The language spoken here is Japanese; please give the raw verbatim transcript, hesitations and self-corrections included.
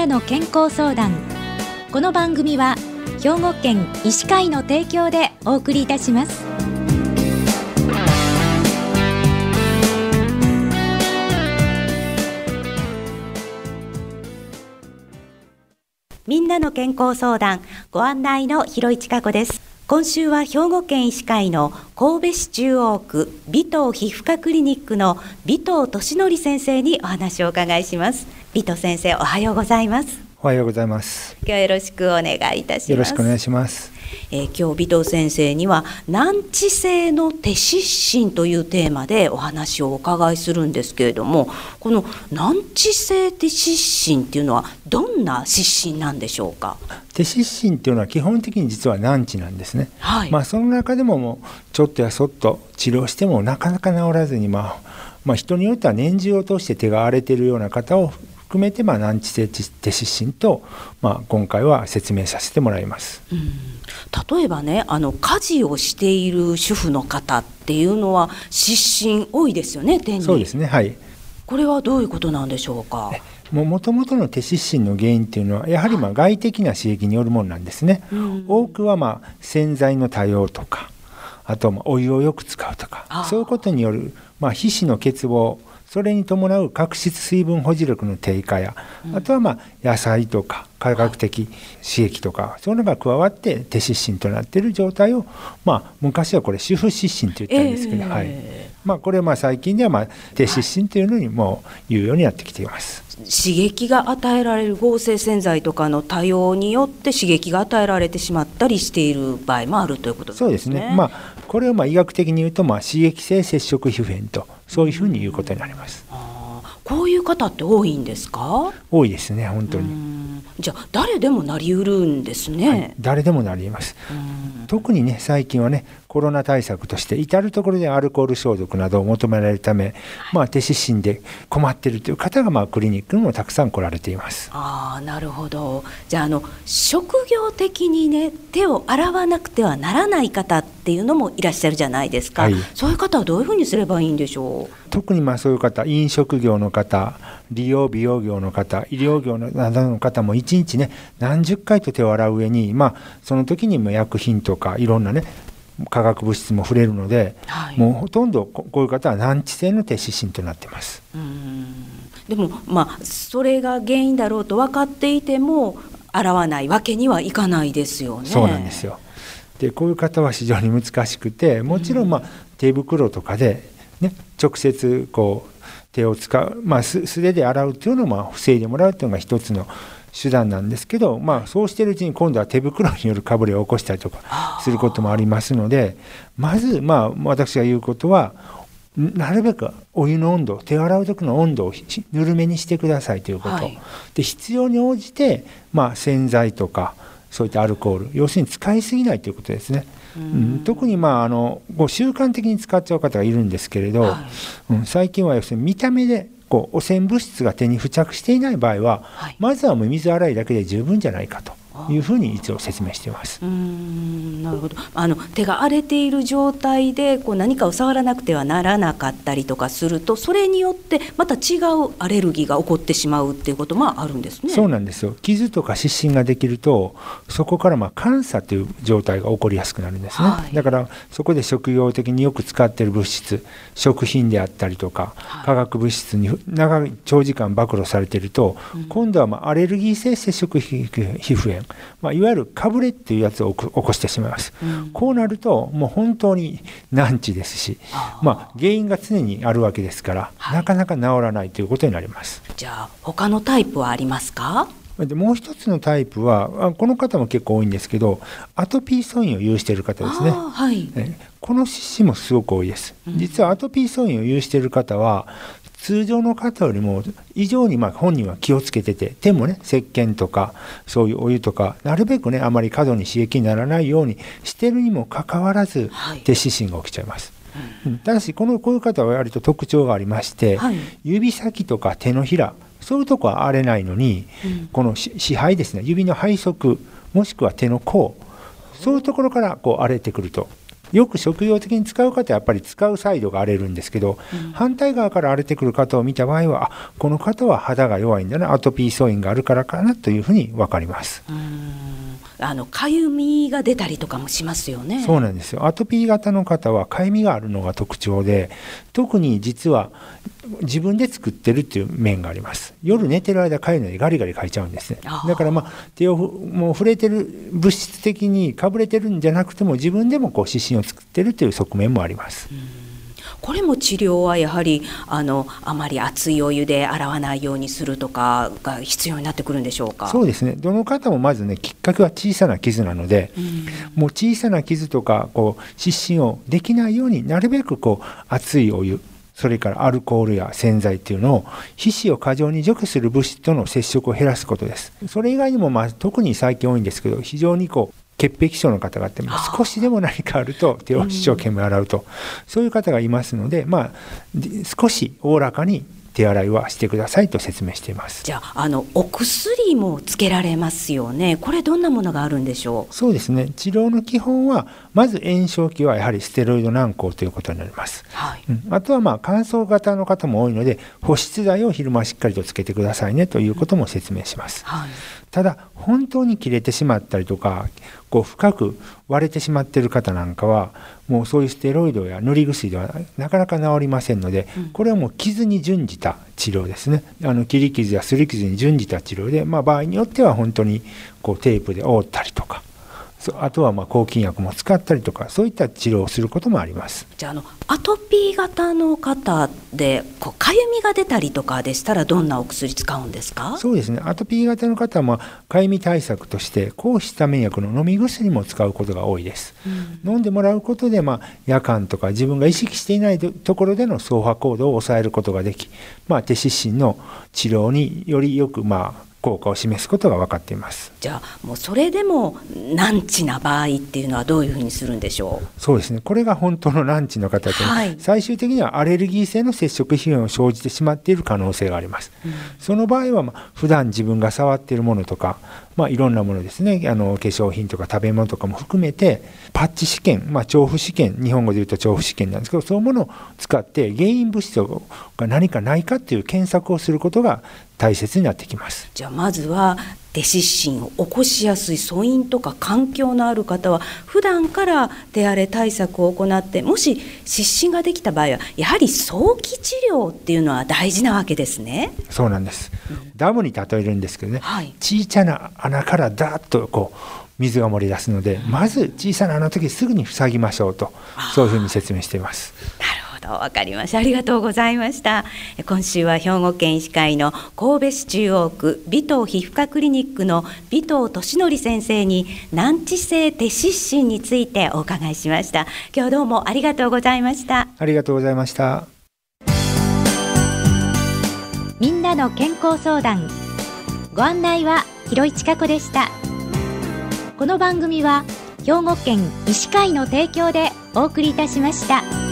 なの健康相談。この番組は兵庫県医師会の提供でお送りいたします。みんなの健康相談、ご案内の広市加子です。今週は兵庫県医師会の神戸市中央区尾藤皮膚科クリニックの尾藤俊則先生にお話をお伺いします。尾藤先生、おはようございます。 おはようございます。 今日はよろしくお願いいたします。 よろしくお願いします。 えー、今日尾藤先生には難治性の手湿疹というテーマでお話をお伺いするんですけれども、この難治性手湿疹っていうのはどんな湿疹なんでしょうか。 手湿疹っていうのは基本的に実は難治なんですね、 はい。 まあ、その中でももうちょっとやそっと治療してもなかなか治らずに、まあまあ、人によっては年中を通して手が荒れているような方を含めて、まあ、難治性手湿疹と、まあ、今回は説明させてもらいます。 うん、例えばね、あの家事をしている主婦の方っていうのは湿疹多いですよね、手に。 そうですね、はい。 これはどういうことなんでしょうか。 もともとの手湿疹の原因っていうのはやはりまあ外的な刺激によるものなんですね、うん、多くはまあ洗剤の多用とか、あとまあお湯をよく使うとか、そういうことによるまあ皮脂の欠乏、それに伴う角質水分保持力の低下や、うん、あとはまあ野菜とか化学的刺激とか、そういうのが加わって手湿疹となっている状態を、まあ、昔はこれ主婦湿疹と言ったんですけど、えーはいまあ、これはまあ最近ではまあ手湿疹というのにも言うようになってきています。 刺激が与えられる合成洗剤とかの多用によって刺激が与えられてしまったりしている場合もあるということですね。 そうですね、まあ、これをまあ医学的に言うとまあ刺激性接触皮膚炎と、そういうふうに言うことになります。 あ、こういう方って多いんですか。 多いですね、本当に。 じゃあ誰でもなりうるんですね、はい、 誰でもなります。特にね、最近はね、コロナ対策として至るところでアルコール消毒などを求められるため、はい、まあ、手湿疹で困っているという方がまあクリニックにもたくさん来られています。 あ、なるほど。じゃあ、あの職業的にね、手を洗わなくてはならない方っていうのもいらっしゃるじゃないですか、はい、そういう方はどういうふうにすればいいんでしょう。 特にまあそういう方、飲食業の方、理容美容業の方、医療業のなどの方もいちにちね、何十回と手を洗う上に、まあ、その時にも薬品とかいろんなね化学物質も触れるので、はい、もうほとんどこういう方は難治性の手湿疹となっています。 うーん、でも、まあ、それが原因だろうと分かっていても洗わないわけにはいかないですよね。 そうなんですよ。でこういう方は非常に難しくて、もちろん、まあ、手袋とかで、ね、直接こう手を使う、まあ、素手で洗うというのをまあ防いでもらうというのが一つの手段なんですけど、まあ、そうしているうちに今度は手袋によるかぶれを起こしたりとかすることもありますので、まず、まあ、私が言うことはなるべくお湯の温度、手を洗う時の温度をぬるめにしてくださいということ、はい、で必要に応じて、まあ、洗剤とかそういったアルコール、要するに使いすぎないということですね。うん、特に、まあ、あのこう習慣的に使っちゃう方がいるんですけれど、はい、うん、最近は要するに見た目でこう汚染物質が手に付着していない場合は、はい、まずはもう水洗いだけで十分じゃないかというふうに一応説明しています。 うーん、なるほど。あの手が荒れている状態でこう何かを触らなくてはならなかったりとかすると、それによってまた違うアレルギーが起こってしまうっていうこともあるんですね。 そうなんですよ。傷とか湿疹ができると、そこからまあ感作という状態が起こりやすくなるんですね、はい、だからそこで食用的によく使っている物質、食品であったりとか、はい、化学物質に長い長時間暴露されていると、うん、今度はまあアレルギー性接触皮膚炎、まあ、いわゆるかぶれっていうやつを起こしてしまいます、うん、こうなるともう本当に難治ですし、まあ、原因が常にあるわけですから、はい、なかなか治らないということになります。 じゃあ他のタイプはありますか。 でもう一つのタイプは、この方も結構多いんですけど、アトピー素因を有している方ですね、はい、この湿疹もすごく多いです、うん、実はアトピー素因を有している方は通常の方よりも以上にまあ本人は気をつけてて、手もね、石鹸とかそういうお湯とかなるべくね、あまり過度に刺激にならないようにしてるにもかかわらず、はい、手湿疹が起きちゃいます、うん、ただしこのこういう方は割と特徴がありまして、はい、指先とか手のひら、そういうとこは荒れないのに、うん、この指背ですね、指の背側もしくは手の甲、そういうところからこう荒れてくるとよく食用的に使う方はやっぱり使うサイドが荒れるんですけど、うん、反対側から荒れてくる方を見た場合は、あ、この方は肌が弱いんだな、アトピー素因があるからかなというふうに分かります。 うーん、あのかゆみが出たりとかもしますよね。 そうなんですよ。アトピー型の方はかゆみがあるのが特徴で、特に実は自分で作ってるっていう面があります。夜寝てる間かゆいのでガリガリかいちゃうんですね。だから、まあ、手をもう触れてる、物質的にかぶれてるんじゃなくても自分でもこう湿疹を作ってるという側面もあります。うん、 これも治療はやはりあのあまり熱いお湯で洗わないようにするとかが必要になってくるんでしょうか。 そうですね。どの方もまずね、きっかけは小さな傷なので、うん、もう小さな傷とかこう湿疹をできないようになるべくこう熱いお湯、それからアルコールや洗剤っていうのを皮脂を過剰に除去する物質との接触を減らすことです。それ以外にも、まあ、特に最近多いんですけど、非常にこう潔癖症の方があって、少しでも何かあると手を一生懸命洗うと、うん、そういう方がいますので、まあ、少しおおらかに手洗いはしてくださいと説明しています。 じゃあ、あのお薬もつけられますよね。これどんなものがあるんでしょう。 そうですね。治療の基本はまず炎症期はやはりステロイド軟膏ということになります。はい、うん、あとはまあ乾燥型の方も多いので保湿剤を昼間しっかりとつけてくださいねということも説明します。はい、ただ本当に切れてしまったりとかこう深く割れてしまっている方なんかはもうそういうステロイドや塗り薬ではなかなか治りませんので、うん、これはもう傷に準じた治療ですね。あの切り傷や擦り傷に準じた治療で、まあ、場合によっては本当にこうテープで覆ったりとか、あとはまあ抗菌薬も使ったりとか、そういった治療をすることもあります。 じゃあ、あのアトピー型の方でこうかゆみが出たりとかでしたらどんなお薬使うんですか。 そうですね。アトピー型の方はかゆみ対策として抗ヒスタミン薬の飲み薬も使うことが多いです。うん、飲んでもらうことで、まあ、夜間とか自分が意識していないところでの走破行動を抑えることができ、まあ、手湿疹の治療によりよくまあ効果を示すことが分かっています。 じゃあもうそれでも難治な場合っていうのはどういうふうにするんでしょう。 そうですね。これが本当の難治の方で、はい、最終的にはアレルギー性の接触被害を生じてしまっている可能性があります。うん、その場合は、まあ、普段自分が触っているものとか、まあ、いろんなものですね、あの化粧品とか食べ物とかも含めてパッチ試験、まあ、調布試験、日本語で言うと調布試験なんですけど、そういうものを使って原因物質が何かないかっていう検索をすることが大切になってきます。 じゃあまずは手湿疹を起こしやすい素因とか環境のある方は普段から手荒れ対策を行って、もし湿疹ができた場合はやはり早期治療っていうのは大事なわけですね。 そうなんです。うん、ダムに例えるんですけどね、はい、小さな穴からダーッとこう水が漏れ出すので、うん、まず小さな穴の時すぐに塞ぎましょうと、そういうふうに説明しています。 なるほど。わかりました。ありがとうございました。今週は兵庫県医師会の神戸市中央区尾藤皮膚科クリニックの尾藤俊則先生に難治性手湿疹についてお伺いしました。今日はどうもありがとうございました。 ありがとうございました。 みんなの健康相談、ご案内は広井千佳子でした。この番組は兵庫県医師会の提供でお送りいたしました。